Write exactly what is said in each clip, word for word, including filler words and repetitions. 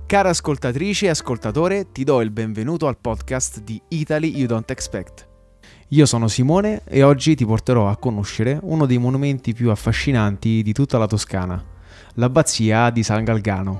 Cara ascoltatrice e ascoltatore, ti do il benvenuto al podcast di Italy You Don't Expect. Io sono Simone e oggi ti porterò a conoscere uno dei monumenti più affascinanti di tutta la Toscana, l'abbazia di San Galgano.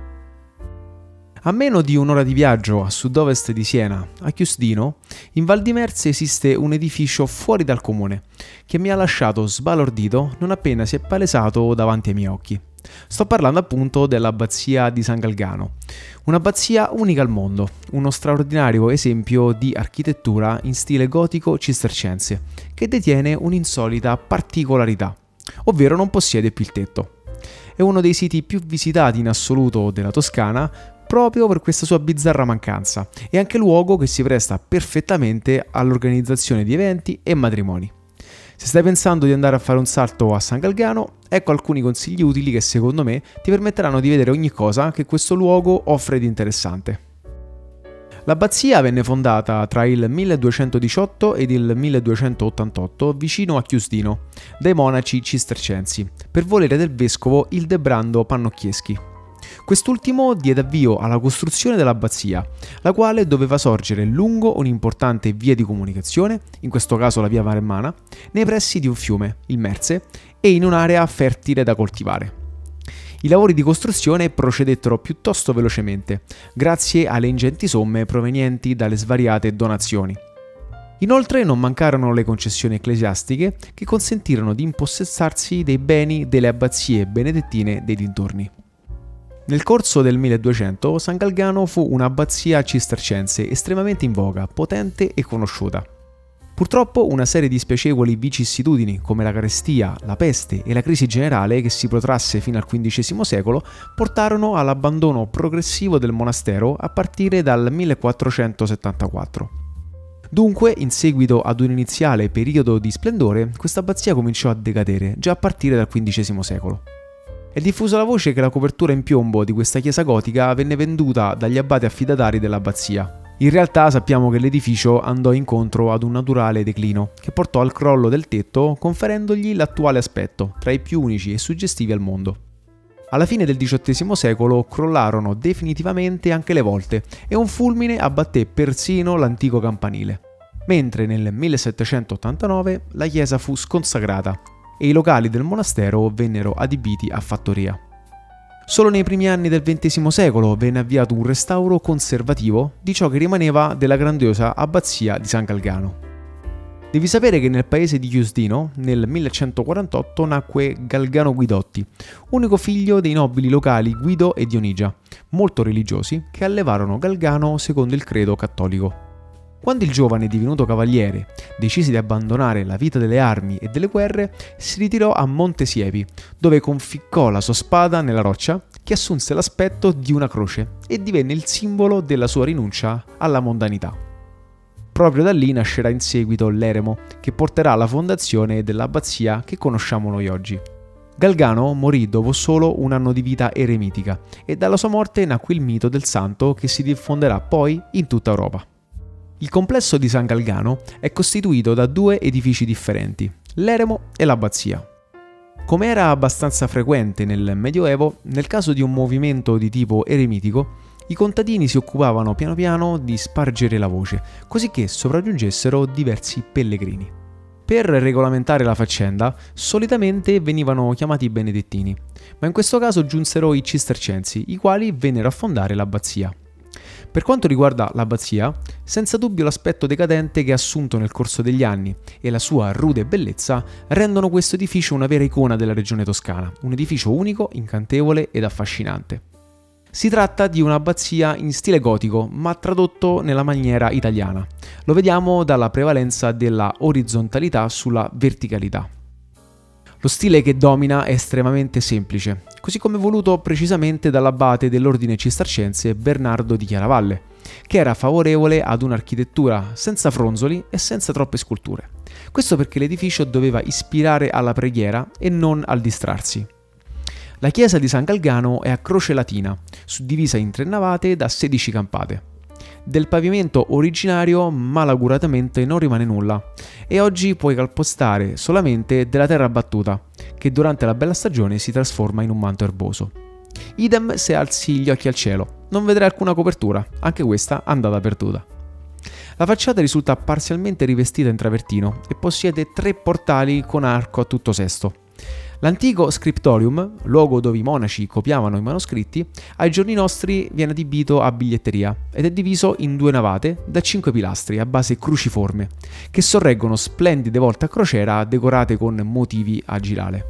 A meno di un'ora di viaggio a sud-ovest di Siena, a Chiusdino, in Val di Merse esiste un edificio fuori dal comune che mi ha lasciato sbalordito non appena si è palesato davanti ai miei occhi. Sto parlando appunto dell'abbazia di San Galgano, un'abbazia unica al mondo, uno straordinario esempio di architettura in stile gotico cistercense, che detiene un'insolita particolarità, ovvero non possiede più il tetto. È uno dei siti più visitati in assoluto della Toscana proprio per questa sua bizzarra mancanza, e anche luogo che si presta perfettamente all'organizzazione di eventi e matrimoni. Se stai pensando di andare a fare un salto a San Galgano, ecco alcuni consigli utili che secondo me ti permetteranno di vedere ogni cosa che questo luogo offre di interessante. L'abbazia venne fondata tra il milleduecentodiciotto ed il milleduecentottantotto vicino a Chiusdino dai monaci cistercensi per volere del vescovo Ildebrando Pannocchieschi. Quest'ultimo diede avvio alla costruzione dell'abbazia, la quale doveva sorgere lungo un'importante via di comunicazione, in questo caso la via Maremmana, nei pressi di un fiume, il Merse, e in un'area fertile da coltivare. I lavori di costruzione procedettero piuttosto velocemente, grazie alle ingenti somme provenienti dalle svariate donazioni. Inoltre non mancarono le concessioni ecclesiastiche che consentirono di impossessarsi dei beni delle abbazie benedettine dei dintorni. Nel corso del milleduecento San Galgano fu un'abbazia cistercense estremamente in voga, potente e conosciuta. Purtroppo una serie di spiacevoli vicissitudini come la carestia, la peste e la crisi generale che si protrasse fino al quindicesimo secolo portarono all'abbandono progressivo del monastero a partire dal millequattrocentosettantaquattro. Dunque, in seguito ad un iniziale periodo di splendore, questa abbazia cominciò a decadere già a partire dal quindicesimo secolo. È diffusa la voce che la copertura in piombo di questa chiesa gotica venne venduta dagli abati affidatari dell'abbazia. In realtà sappiamo che l'edificio andò incontro ad un naturale declino, che portò al crollo del tetto, conferendogli l'attuale aspetto, tra i più unici e suggestivi al mondo. Alla fine del diciottesimo secolo crollarono definitivamente anche le volte e un fulmine abbatté persino l'antico campanile, mentre nel millesettecentottantanove la chiesa fu sconsacrata e i locali del monastero vennero adibiti a fattoria. Solo nei primi anni del ventesimo secolo venne avviato un restauro conservativo di ciò che rimaneva della grandiosa abbazia di San Galgano. Devi sapere che nel paese di Chiusdino, nel millecentoquarantotto, nacque Galgano Guidotti, unico figlio dei nobili locali Guido e Dionigia, molto religiosi, che allevarono Galgano secondo il credo cattolico. Quando il giovane, divenuto cavaliere, decise di abbandonare la vita delle armi e delle guerre, si ritirò a Monte Siepi, dove conficcò la sua spada nella roccia, che assunse l'aspetto di una croce e divenne il simbolo della sua rinuncia alla mondanità. Proprio da lì nascerà in seguito l'eremo, che porterà alla fondazione dell'abbazia che conosciamo noi oggi. Galgano morì dopo solo un anno di vita eremitica e dalla sua morte nacque il mito del santo che si diffonderà poi in tutta Europa. Il complesso di San Galgano è costituito da due edifici differenti, l'eremo e l'abbazia. Come era abbastanza frequente nel Medioevo, nel caso di un movimento di tipo eremitico, i contadini si occupavano piano piano di spargere la voce, così che sopraggiungessero diversi pellegrini. Per regolamentare la faccenda, solitamente venivano chiamati i benedettini, ma in questo caso giunsero i cistercensi, i quali vennero a fondare l'abbazia. Per quanto riguarda l'abbazia, senza dubbio l'aspetto decadente che ha assunto nel corso degli anni e la sua rude bellezza rendono questo edificio una vera icona della regione toscana, un edificio unico, incantevole ed affascinante. Si tratta di un'abbazia in stile gotico, ma tradotto nella maniera italiana. Lo vediamo dalla prevalenza della orizzontalità sulla verticalità. Lo stile che domina è estremamente semplice, così come voluto precisamente dall'abate dell'ordine cistercense Bernardo di Chiaravalle, che era favorevole ad un'architettura senza fronzoli e senza troppe sculture. Questo perché l'edificio doveva ispirare alla preghiera e non al distrarsi. La chiesa di San Galgano è a croce latina, suddivisa in tre navate da sedici campate. Del pavimento originario malaguratamente non rimane nulla e oggi puoi calpestare solamente della terra battuta, che durante la bella stagione si trasforma in un manto erboso. Idem se alzi gli occhi al cielo, non vedrai alcuna copertura, anche questa andata perduta. La facciata risulta parzialmente rivestita in travertino e possiede tre portali con arco a tutto sesto. L'antico scriptorium, luogo dove i monaci copiavano i manoscritti, ai giorni nostri viene adibito a biglietteria ed è diviso in due navate da cinque pilastri a base cruciforme, che sorreggono splendide volte a crociera decorate con motivi a girale.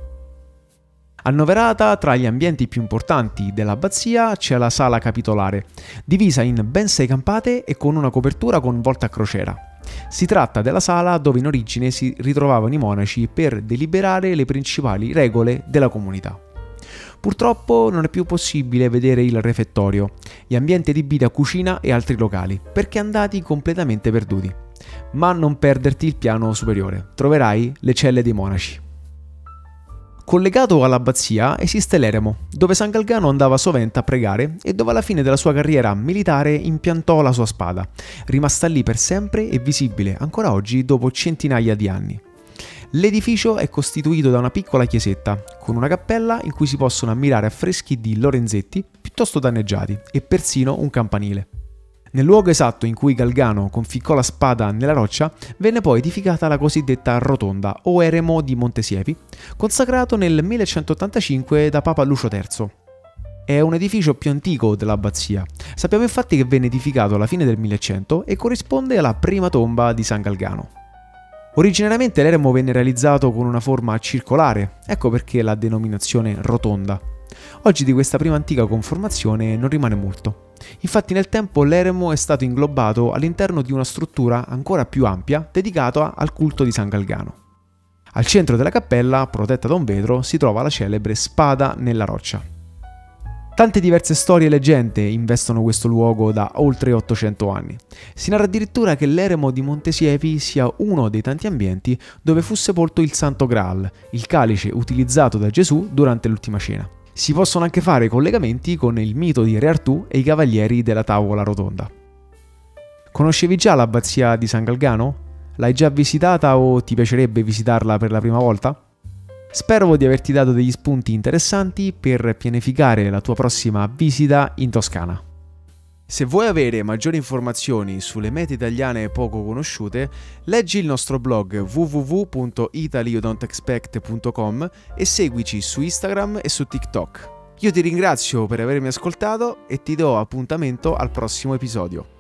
Annoverata tra gli ambienti più importanti dell'abbazia c'è la sala capitolare, divisa in ben sei campate e con una copertura con volta a crociera. Si tratta della sala dove in origine si ritrovavano i monaci per deliberare le principali regole della comunità. Purtroppo non è più possibile vedere il refettorio, gli ambienti adibiti a cucina e altri locali, perché andati completamente perduti. Ma non perderti il piano superiore, troverai le celle dei monaci. Collegato all'abbazia esiste l'eremo, dove San Galgano andava sovente a pregare e dove alla fine della sua carriera militare impiantò la sua spada, rimasta lì per sempre e visibile ancora oggi dopo centinaia di anni. L'edificio è costituito da una piccola chiesetta, con una cappella in cui si possono ammirare affreschi di Lorenzetti piuttosto danneggiati e persino un campanile. Nel luogo esatto in cui Galgano conficcò la spada nella roccia venne poi edificata la cosiddetta rotonda o eremo di Montesiepi, consacrato nel millecentottantacinque da Papa Lucio terzo. È un edificio più antico dell'abbazia. Sappiamo infatti che venne edificato alla fine del millecento e corrisponde alla prima tomba di San Galgano. Originariamente l'eremo venne realizzato con una forma circolare, ecco perché la denominazione rotonda. Oggi di questa prima antica conformazione non rimane molto. Infatti nel tempo l'eremo è stato inglobato all'interno di una struttura ancora più ampia dedicata al culto di San Galgano. Al centro della cappella, protetta da un vetro, si trova la celebre spada nella roccia. Tante diverse storie e leggende investono questo luogo da oltre ottocento anni. Si narra addirittura che l'eremo di Montesiepi sia uno dei tanti ambienti dove fu sepolto il Santo Graal, il calice utilizzato da Gesù durante l'ultima cena. Si possono anche fare collegamenti con il mito di Re Artù e i cavalieri della tavola rotonda. Conoscevi già l'abbazia di San Galgano? L'hai già visitata o ti piacerebbe visitarla per la prima volta? Spero di averti dato degli spunti interessanti per pianificare la tua prossima visita in Toscana. Se vuoi avere maggiori informazioni sulle mete italiane poco conosciute, leggi il nostro blog w w w punto italy you don't expect punto com e seguici su Instagram e su TikTok. Io ti ringrazio per avermi ascoltato e ti do appuntamento al prossimo episodio.